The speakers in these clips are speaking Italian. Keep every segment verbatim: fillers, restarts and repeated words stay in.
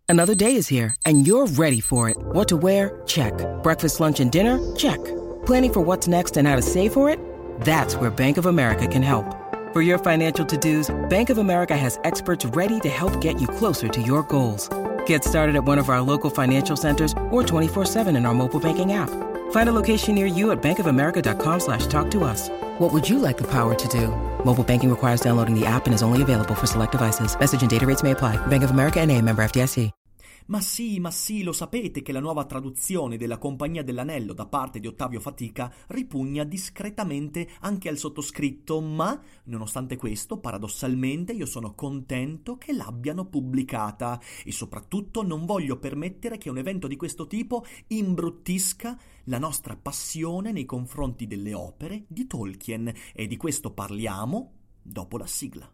Another day is here, and you're ready for it. What to wear? Check. Breakfast, lunch, and dinner? Check. Planning for what's next and how to save for it? That's where Bank of America can help. For your financial to-dos, Bank of America has experts ready to help get you closer to your goals. Get started at one of our local financial centers or twenty-four seven in our mobile banking app. Find a location near you at bankofamerica.com slash talk to us. What would you like the power to do? Mobile banking requires downloading the app and is only available for select devices. Message and data rates may apply. Bank of America N A, member F D I C. Ma sì, ma sì, lo sapete che la nuova traduzione della Compagnia dell'Anello da parte di Ottavio Fatica ripugna discretamente anche al sottoscritto, ma, nonostante questo, paradossalmente io sono contento che l'abbiano pubblicata e soprattutto non voglio permettere che un evento di questo tipo imbruttisca la nostra passione nei confronti delle opere di Tolkien, e di questo parliamo dopo la sigla.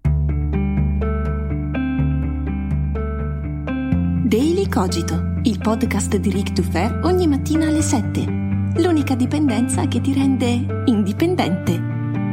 Daily Cogito, il podcast di Ric Dufer ogni mattina alle sette. L'unica dipendenza che ti rende indipendente.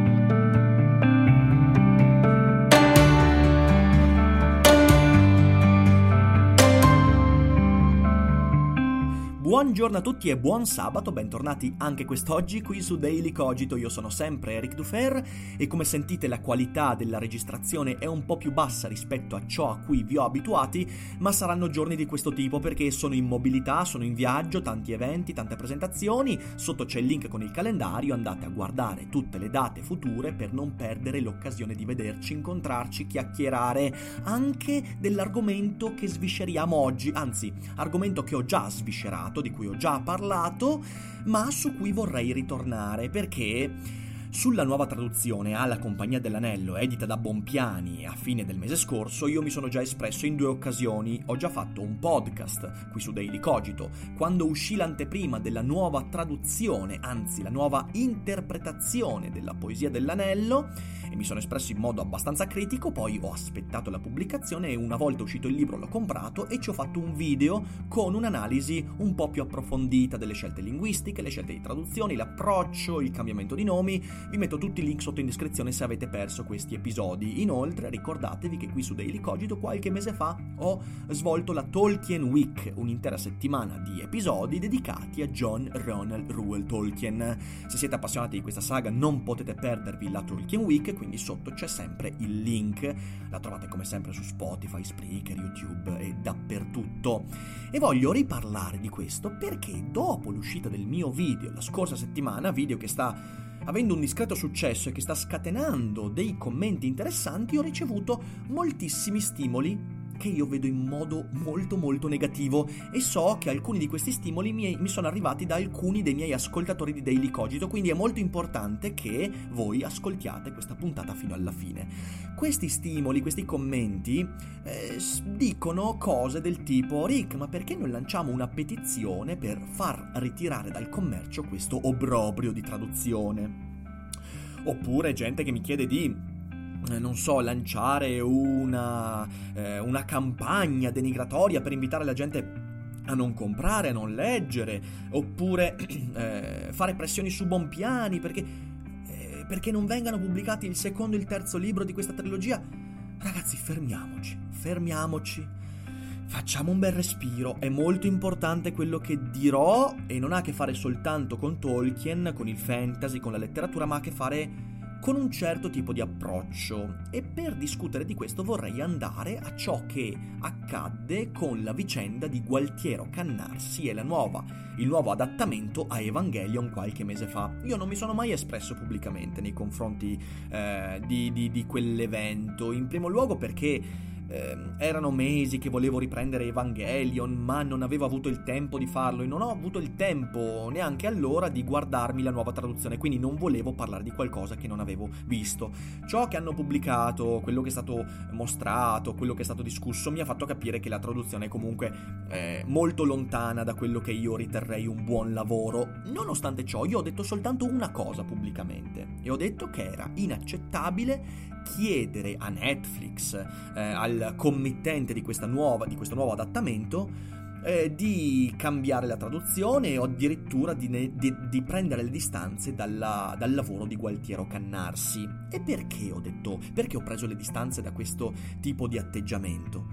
Buongiorno a tutti e buon sabato, bentornati anche quest'oggi qui su Daily Cogito. Io sono sempre Eric Dufer e come sentite la qualità della registrazione è un po' più bassa rispetto a ciò a cui vi ho abituati, ma saranno giorni di questo tipo perché sono in mobilità, sono in viaggio, tanti eventi, tante presentazioni. Sotto c'è il link con il calendario, andate a guardare tutte le date future per non perdere l'occasione di vederci, incontrarci, chiacchierare anche dell'argomento che svisceriamo oggi, anzi, argomento che ho già sviscerato, di cui ho già parlato, ma su cui vorrei ritornare, perché sulla nuova traduzione alla Compagnia dell'Anello, edita da Bompiani a fine del mese scorso, io mi sono già espresso in due occasioni. Ho già fatto un podcast qui su Daily Cogito, quando uscì l'anteprima della nuova traduzione, anzi la nuova interpretazione della Poesia dell'Anello, e mi sono espresso in modo abbastanza critico. Poi ho aspettato la pubblicazione e una volta uscito il libro l'ho comprato e ci ho fatto un video con un'analisi un po' più approfondita delle scelte linguistiche, le scelte di traduzione, l'approccio, il cambiamento di nomi. Vi metto tutti i link sotto in descrizione se avete perso questi episodi. Inoltre ricordatevi che qui su Daily Cogito qualche mese fa ho svolto la Tolkien Week, un'intera settimana di episodi dedicati a John Ronald Reuel Tolkien. Se siete appassionati di questa saga non potete perdervi la Tolkien Week, quindi sotto c'è sempre il link. La trovate come sempre su Spotify, Spreaker, YouTube e dappertutto. E voglio riparlare di questo perché dopo l'uscita del mio video la scorsa settimana, video che sta avendo un discreto successo e che sta scatenando dei commenti interessanti, ho ricevuto moltissimi stimoli che io vedo in modo molto molto negativo, e so che alcuni di questi stimoli mi, mi sono arrivati da alcuni dei miei ascoltatori di Daily Cogito, quindi è molto importante che voi ascoltiate questa puntata fino alla fine. Questi stimoli, questi commenti eh, dicono cose del tipo: Rick, ma perché non lanciamo una petizione per far ritirare dal commercio questo obbrobrio di traduzione? Oppure gente che mi chiede di non so, lanciare una, eh, una campagna denigratoria per invitare la gente a non comprare, a non leggere, oppure eh, fare pressioni su Bompiani perché, eh, perché non vengano pubblicati il secondo e il terzo libro di questa trilogia. Ragazzi, fermiamoci, fermiamoci, facciamo un bel respiro. È molto importante quello che dirò e non ha a che fare soltanto con Tolkien, con il fantasy, con la letteratura, ma ha a che fare con un certo tipo di approccio. E per discutere di questo vorrei andare a ciò che accadde con la vicenda di Gualtiero Cannarsi e la nuova, il nuovo adattamento a Evangelion qualche mese fa. Io non mi sono mai espresso pubblicamente nei confronti eh, di, di, di quell'evento, in primo luogo perché Eh, erano mesi che volevo riprendere Evangelion, ma non avevo avuto il tempo di farlo, e non ho avuto il tempo neanche allora di guardarmi la nuova traduzione, quindi non volevo parlare di qualcosa che non avevo visto. Ciò che hanno pubblicato, quello che è stato mostrato, quello che è stato discusso mi ha fatto capire che la traduzione è comunque eh, molto lontana da quello che io riterrei un buon lavoro. Nonostante ciò, io ho detto soltanto una cosa pubblicamente, e ho detto che era inaccettabile chiedere a Netflix, eh, al committente di questa nuova di questo nuovo adattamento, eh, di cambiare la traduzione o addirittura di, ne, di, di prendere le distanze dalla, dal lavoro di Gualtiero Cannarsi. E perché ho detto, perché ho preso le distanze da questo tipo di atteggiamento?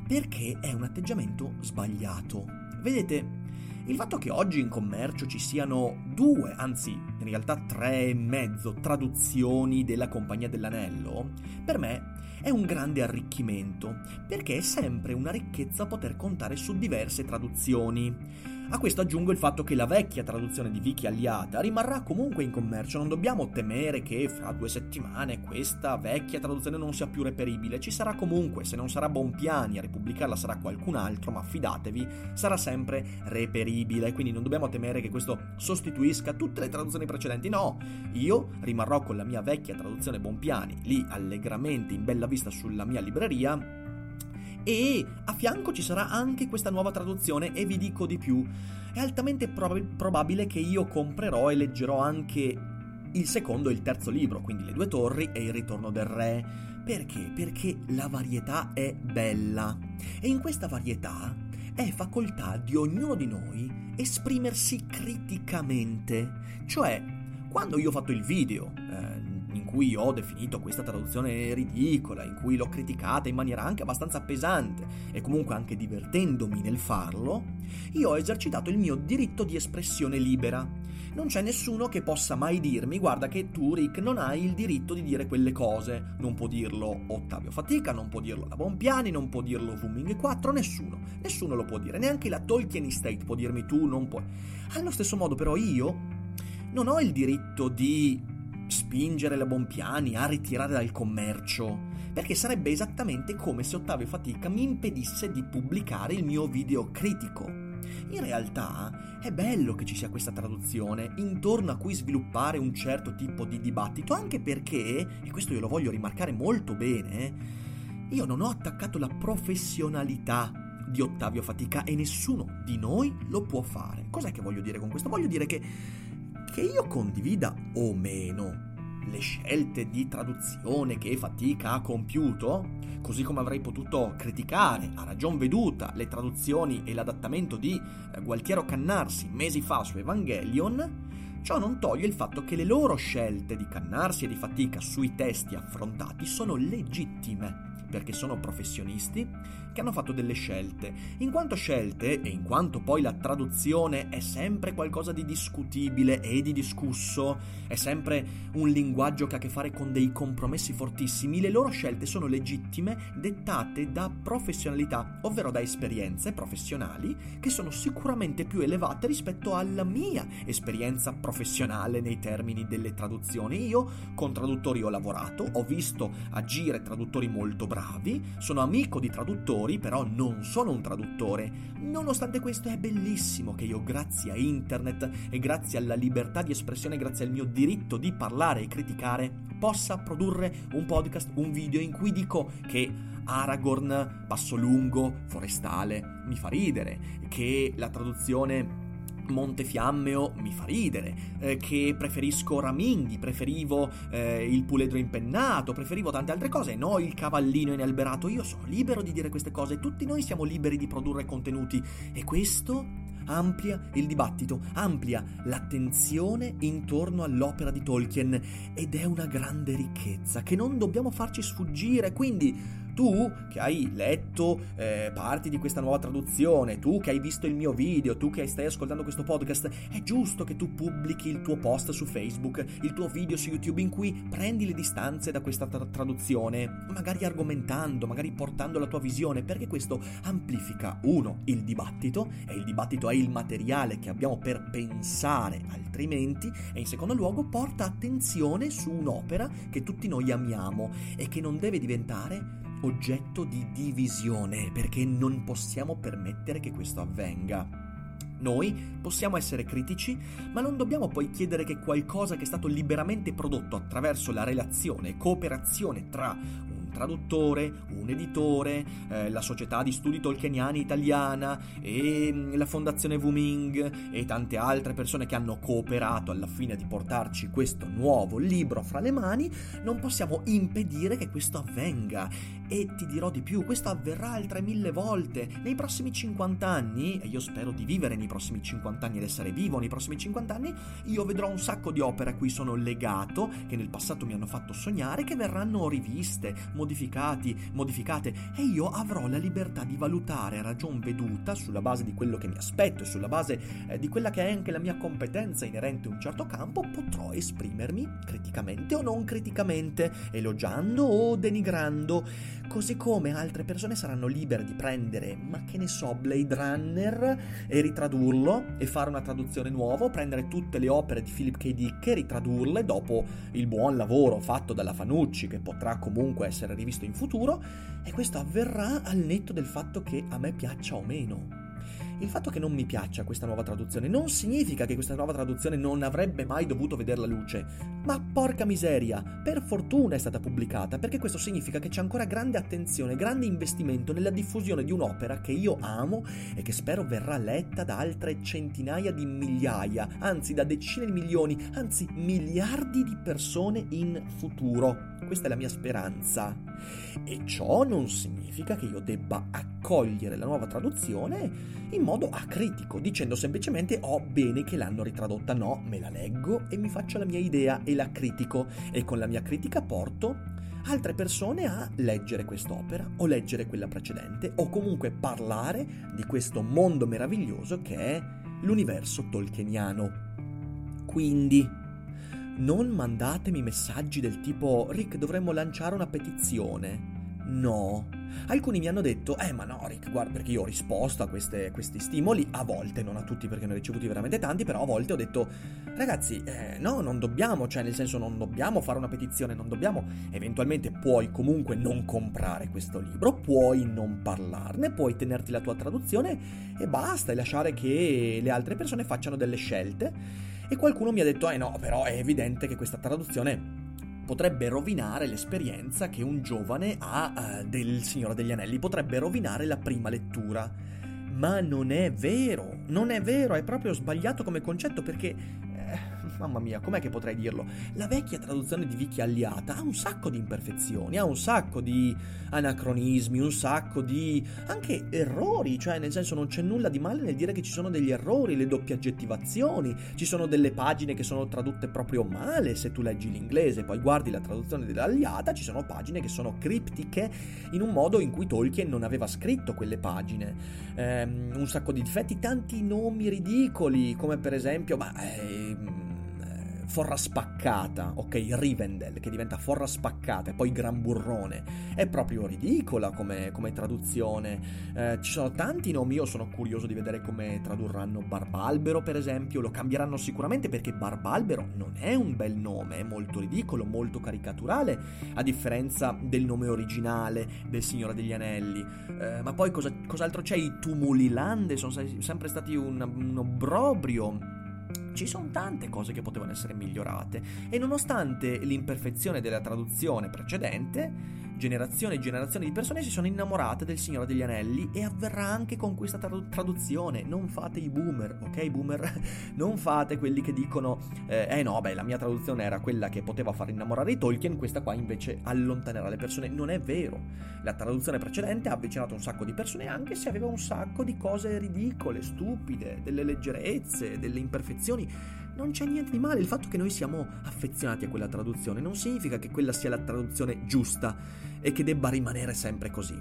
Perché è un atteggiamento sbagliato. Vedete, il fatto che oggi in commercio ci siano due, anzi in realtà tre e mezzo traduzioni della Compagnia dell'Anello, per me è un grande arricchimento, perché è sempre una ricchezza poter contare su diverse traduzioni. A questo aggiungo il fatto che la vecchia traduzione di Viki Aliata rimarrà comunque in commercio, non dobbiamo temere che fra due settimane questa vecchia traduzione non sia più reperibile, ci sarà comunque, se non sarà Bompiani a ripubblicarla sarà qualcun altro, ma fidatevi, sarà sempre reperibile, quindi non dobbiamo temere che questo sostituisca tutte le traduzioni precedenti, no, io rimarrò con la mia vecchia traduzione Bompiani, lì allegramente in bella vista sulla mia libreria, e a fianco ci sarà anche questa nuova traduzione, e vi dico di più, è altamente prob- probabile che io comprerò e leggerò anche il secondo e il terzo libro, quindi Le Due Torri e Il Ritorno del Re. Perché? Perché la varietà è bella, e in questa varietà è facoltà di ognuno di noi esprimersi criticamente, cioè quando io ho fatto il video eh, in cui ho definito questa traduzione ridicola, in cui l'ho criticata in maniera anche abbastanza pesante e comunque anche divertendomi nel farlo, io ho esercitato il mio diritto di espressione libera. Non c'è nessuno che possa mai dirmi: guarda che tu, Rick, non hai il diritto di dire quelle cose. Non può dirlo Ottavio Fatica, non può dirlo la Bompiani, non può dirlo Wuming quattro, nessuno. Nessuno lo può dire, neanche la Tolkien Estate può dirmi tu non puoi. Allo stesso modo però io non ho il diritto di spingere la Bompiani a ritirare dal commercio, perché sarebbe esattamente come se Ottavio Fatica mi impedisse di pubblicare il mio video critico. In realtà è bello che ci sia questa traduzione intorno a cui sviluppare un certo tipo di dibattito, anche perché, e questo io lo voglio rimarcare molto bene, io non ho attaccato la professionalità di Ottavio Fatica e nessuno di noi lo può fare. Cos'è che voglio dire con questo? Voglio dire che che io condivida o meno le scelte di traduzione che Fatica ha compiuto, così come avrei potuto criticare a ragion veduta le traduzioni e l'adattamento di Gualtiero Cannarsi mesi fa su Evangelion, ciò non toglie il fatto che le loro scelte di Cannarsi e di Fatica sui testi affrontati sono legittime, perché sono professionisti che hanno fatto delle scelte. In quanto scelte, e in quanto poi la traduzione è sempre qualcosa di discutibile e di discusso, è sempre un linguaggio che ha a che fare con dei compromessi fortissimi, le loro scelte sono legittime, dettate da professionalità, ovvero da esperienze professionali che sono sicuramente più elevate rispetto alla mia esperienza professionale nei termini delle traduzioni. Io con traduttori ho lavorato, ho visto agire traduttori molto bravi, sono amico di traduttori, però non sono un traduttore. Nonostante questo è bellissimo che io, grazie a internet e grazie alla libertà di espressione, grazie al mio diritto di parlare e criticare, possa produrre un podcast, un video in cui dico che Aragorn, Passo Lungo, Forestale mi fa ridere, che la traduzione Montefiammeo mi fa ridere, eh, che preferisco Raminghi, preferivo eh, il puledro impennato, preferivo tante altre cose, no il cavallino inalberato. Io sono libero di dire queste cose, tutti noi siamo liberi di produrre contenuti, e questo amplia il dibattito, amplia l'attenzione intorno all'opera di Tolkien, ed è una grande ricchezza che non dobbiamo farci sfuggire. Quindi tu che hai letto eh, parti di questa nuova traduzione, tu che hai visto il mio video, tu che stai ascoltando questo podcast, è giusto che tu pubblichi il tuo post su Facebook, il tuo video su YouTube in cui prendi le distanze da questa tra- traduzione, magari argomentando, magari portando la tua visione, perché questo amplifica, uno, il dibattito, e il dibattito è il materiale che abbiamo per pensare altrimenti, e in secondo luogo porta attenzione su un'opera che tutti noi amiamo e che non deve diventare oggetto di divisione, perché non possiamo permettere che questo avvenga. Noi possiamo essere critici, ma non dobbiamo poi chiedere che qualcosa che è stato liberamente prodotto attraverso la relazione e cooperazione tra un traduttore, un editore, eh, la società di studi tolkieniani italiana e mh, la fondazione Wuming e tante altre persone che hanno cooperato alla fine di portarci questo nuovo libro fra le mani, non possiamo impedire che questo avvenga. E ti dirò di più, questo avverrà altre mille volte. Nei prossimi cinquanta anni, e io spero di vivere nei prossimi cinquanta anni ed essere vivo nei prossimi cinquanta anni, io vedrò un sacco di opere a cui sono legato, che nel passato mi hanno fatto sognare, che verranno riviste, modificati, modificate, e io avrò la libertà di valutare a ragion veduta, sulla base di quello che mi aspetto e sulla base eh, di quella che è anche la mia competenza inerente a un certo campo, potrò esprimermi criticamente o non criticamente, elogiando o denigrando. Così come altre persone saranno libere di prendere, ma che ne so, Blade Runner e ritradurlo e fare una traduzione nuova, prendere tutte le opere di Philip K. Dick e ritradurle dopo il buon lavoro fatto dalla Fanucci, che potrà comunque essere rivisto in futuro, e questo avverrà al netto del fatto che a me piaccia o meno. Il fatto che non mi piaccia questa nuova traduzione non significa che questa nuova traduzione non avrebbe mai dovuto vedere la luce, ma porca miseria, per fortuna è stata pubblicata, perché questo significa che c'è ancora grande attenzione, grande investimento nella diffusione di un'opera che io amo e che spero verrà letta da altre centinaia di migliaia, anzi da decine di milioni, anzi miliardi di persone in futuro. Questa è la mia speranza. E ciò non significa che io debba accogliere la nuova traduzione in modo acritico, dicendo semplicemente oh bene che l'hanno ritradotta. No, me la leggo e mi faccio la mia idea e la critico, e con la mia critica porto altre persone a leggere quest'opera o leggere quella precedente, o comunque parlare di questo mondo meraviglioso che è l'universo tolkieniano. Quindi non mandatemi messaggi del tipo Rick, dovremmo lanciare una petizione. No. Alcuni mi hanno detto eh ma no Rick, guarda, perché io ho risposto a queste, questi stimoli, a volte, non a tutti perché ne ho ricevuti veramente tanti, però a volte ho detto ragazzi eh, no, non dobbiamo, cioè nel senso non dobbiamo fare una petizione, non dobbiamo, eventualmente puoi comunque non comprare questo libro, puoi non parlarne, puoi tenerti la tua traduzione e basta, e lasciare che le altre persone facciano delle scelte. E qualcuno mi ha detto eh no, però è evidente che questa traduzione potrebbe rovinare l'esperienza che un giovane ha uh, del Signore degli Anelli, potrebbe rovinare la prima lettura. Ma non è vero, non è vero, è proprio sbagliato come concetto, perché eh, mamma mia, com'è che potrei dirlo? La vecchia traduzione di Vicky Alliata ha un sacco di imperfezioni, ha un sacco di anacronismi, un sacco di anche errori, cioè nel senso non c'è nulla di male nel dire che ci sono degli errori, le doppie aggettivazioni, ci sono delle pagine che sono tradotte proprio male se tu leggi l'inglese, poi guardi la traduzione dell'Alliata, ci sono pagine che sono criptiche in un modo in cui Tolkien non aveva scritto quelle pagine, ehm, un sacco di difetti, tanti nomi ridicoli, come per esempio, ma... Eh, Forra Spaccata, ok, Rivendell, che diventa Forra Spaccata e poi Gran Burrone, è proprio ridicola come, come traduzione. Eh, ci sono tanti nomi, io sono curioso di vedere come tradurranno Barbalbero, per esempio, lo cambieranno sicuramente perché Barbalbero non è un bel nome, è molto ridicolo, molto caricaturale, a differenza del nome originale del Signore degli Anelli. Eh, ma poi cosa, cos'altro c'è? I Tumuliland sono sempre stati un, un obbrobrio. Ci sono tante cose che potevano essere migliorate e nonostante l'imperfezione della traduzione precedente, generazioni e generazioni di persone si sono innamorate del Signore degli Anelli, e avverrà anche con questa tradu- traduzione. Non fate i boomer, ok boomer? Non fate quelli che dicono eh, eh no, beh, la mia traduzione era quella che poteva far innamorare i Tolkien, questa qua invece allontanerà le persone. Non è vero. La traduzione precedente ha avvicinato un sacco di persone, anche se aveva un sacco di cose ridicole, stupide, delle leggerezze, delle imperfezioni. Non c'è niente di male, il fatto che noi siamo affezionati a quella traduzione non significa che quella sia la traduzione giusta e che debba rimanere sempre così.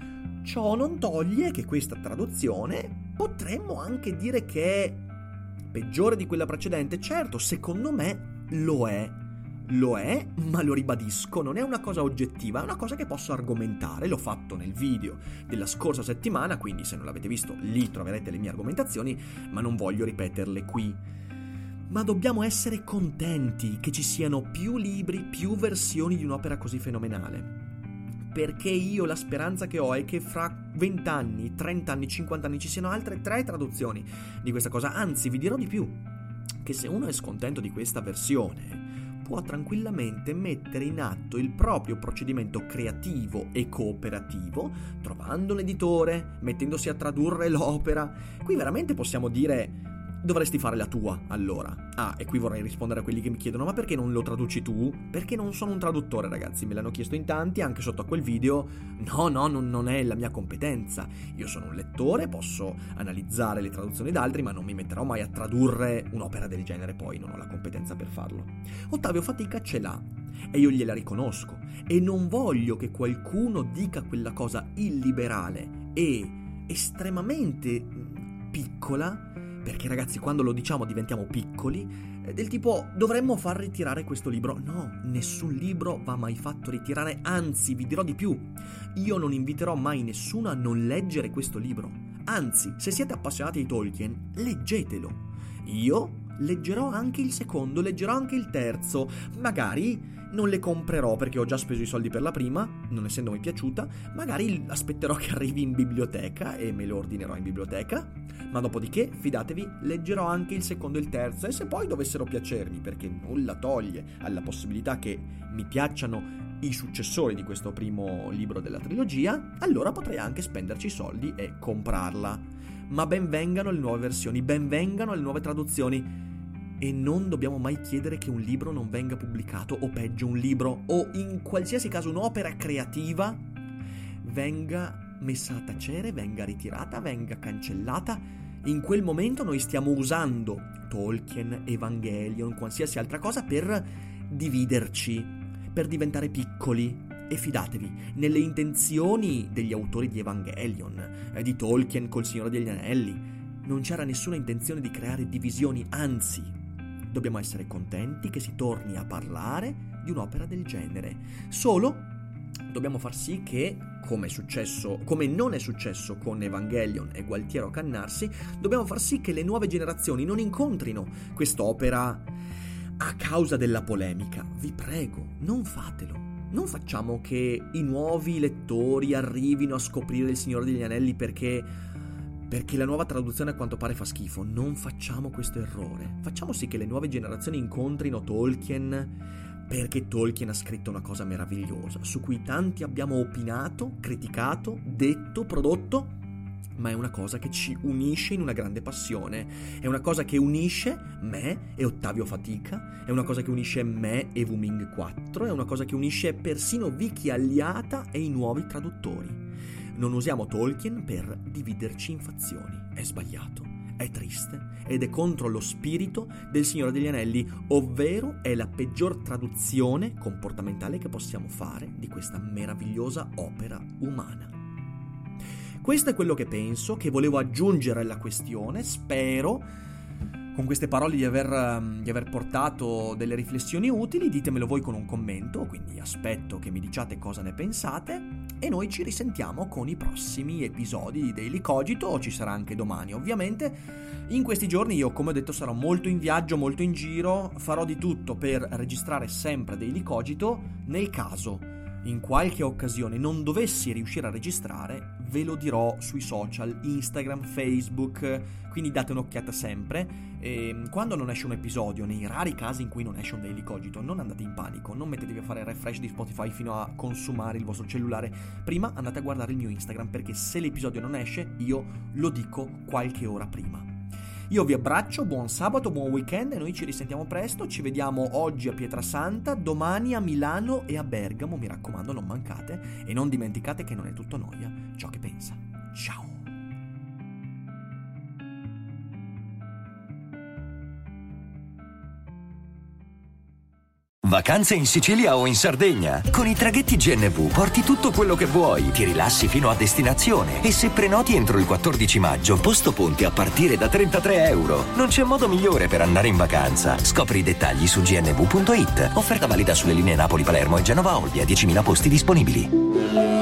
Ciò non toglie che questa traduzione potremmo anche dire che è peggiore di quella precedente. Certo, secondo me lo è, lo è, ma lo ribadisco, non è una cosa oggettiva, è una cosa che posso argomentare. L'ho fatto nel video della scorsa settimana, quindi se non l'avete visto lì troverete le mie argomentazioni, ma non voglio ripeterle qui. Ma dobbiamo essere contenti che ci siano più libri, più versioni di un'opera così fenomenale. Perché io la speranza che ho è che fra vent'anni, trent'anni, cinquant'anni ci siano altre tre traduzioni di questa cosa. Anzi, vi dirò di più, che se uno è scontento di questa versione, può tranquillamente mettere in atto il proprio procedimento creativo e cooperativo, trovando un editore, mettendosi a tradurre l'opera. Qui veramente possiamo dire... dovresti fare la tua, allora. Ah, e qui vorrei rispondere a quelli che mi chiedono: ma perché non lo traduci tu? Perché non sono un traduttore, ragazzi, me l'hanno chiesto in tanti, anche sotto a quel video. No, no, non, non è la mia competenza. Io sono un lettore, posso analizzare le traduzioni d'altri, ma non mi metterò mai a tradurre un'opera del genere, poi non ho la competenza per farlo. Ottavio Fatica ce l'ha, e io gliela riconosco, e non voglio che qualcuno dica quella cosa illiberale e estremamente piccola, perché ragazzi, quando lo diciamo diventiamo piccoli, del tipo dovremmo far ritirare questo libro. No, nessun libro va mai fatto ritirare, anzi vi dirò di più, io non inviterò mai nessuno a non leggere questo libro, anzi, se siete appassionati di Tolkien, leggetelo. Io leggerò anche il secondo, leggerò anche il terzo, magari non le comprerò perché ho già speso i soldi per la prima, non essendomi piaciuta, magari aspetterò che arrivi in biblioteca e me lo ordinerò in biblioteca, ma dopodiché, fidatevi, leggerò anche il secondo e il terzo, e se poi dovessero piacermi, perché nulla toglie alla possibilità che mi piacciono i successori di questo primo libro della trilogia, allora potrei anche spenderci i soldi e comprarla. Ma ben vengano le nuove versioni, ben vengano le nuove traduzioni, e non dobbiamo mai chiedere che un libro non venga pubblicato, o peggio un libro, o in qualsiasi caso un'opera creativa, venga messa a tacere, venga ritirata, venga cancellata. In quel momento noi stiamo usando Tolkien, Evangelion, qualsiasi altra cosa per dividerci, per diventare piccoli. E fidatevi, nelle intenzioni degli autori di Evangelion, eh, di Tolkien col Signore degli Anelli, non c'era nessuna intenzione di creare divisioni, anzi, dobbiamo essere contenti che si torni a parlare di un'opera del genere. Solo dobbiamo far sì che, come è successo, come non è successo con Evangelion e Gualtiero Cannarsi, dobbiamo far sì che le nuove generazioni non incontrino quest'opera a causa della polemica. Vi prego, non fatelo. Non facciamo che i nuovi lettori arrivino a scoprire il Signore degli Anelli perché, perché la nuova traduzione a quanto pare fa schifo. Non facciamo questo errore. Facciamo sì che le nuove generazioni incontrino Tolkien perché Tolkien ha scritto una cosa meravigliosa, su cui tanti abbiamo opinato, criticato, detto, prodotto, ma è una cosa che ci unisce in una grande passione. È una cosa che unisce me e Ottavio Fatica, è una cosa che unisce me e Wuming quattro, è una cosa che unisce persino Vicky Aliata e i nuovi traduttori. Non usiamo Tolkien per dividerci in fazioni. È sbagliato, è triste ed è contro lo spirito del Signore degli Anelli, ovvero è la peggior traduzione comportamentale che possiamo fare di questa meravigliosa opera umana. Questo è quello che penso, che volevo aggiungere alla questione. Spero, con queste parole, di aver, di aver portato delle riflessioni utili. Ditemelo voi con un commento, quindi aspetto che mi diciate cosa ne pensate, e noi ci risentiamo con i prossimi episodi di Daily Cogito, o ci sarà anche domani ovviamente. In questi giorni io, come ho detto, sarò molto in viaggio, molto in giro, farò di tutto per registrare sempre Daily Cogito. Nel caso in qualche occasione non dovessi riuscire a registrare, ve lo dirò sui social, Instagram, Facebook, quindi date un'occhiata sempre. E quando non esce un episodio, nei rari casi in cui non esce un Daily Cogito, non andate in panico, non mettetevi a fare refresh di Spotify fino a consumare il vostro cellulare. Prima andate a guardare il mio Instagram, perché se l'episodio non esce, io lo dico qualche ora prima. Io vi abbraccio, buon sabato, buon weekend, e noi ci risentiamo presto. Ci vediamo oggi a Pietrasanta, domani a Milano e a Bergamo, mi raccomando, non mancate, e non dimenticate che non è tutto noia ciò che pensa. Ciao! Vacanze in Sicilia o in Sardegna? Con i traghetti G N V porti tutto quello che vuoi, ti rilassi fino a destinazione, e se prenoti entro il quattordici maggio, posto ponti a partire da trentatré euro. Non c'è modo migliore per andare in vacanza. Scopri i dettagli su g n v punto i t. Offerta valida sulle linee Napoli-Palermo e Genova-Olbia, diecimila posti disponibili.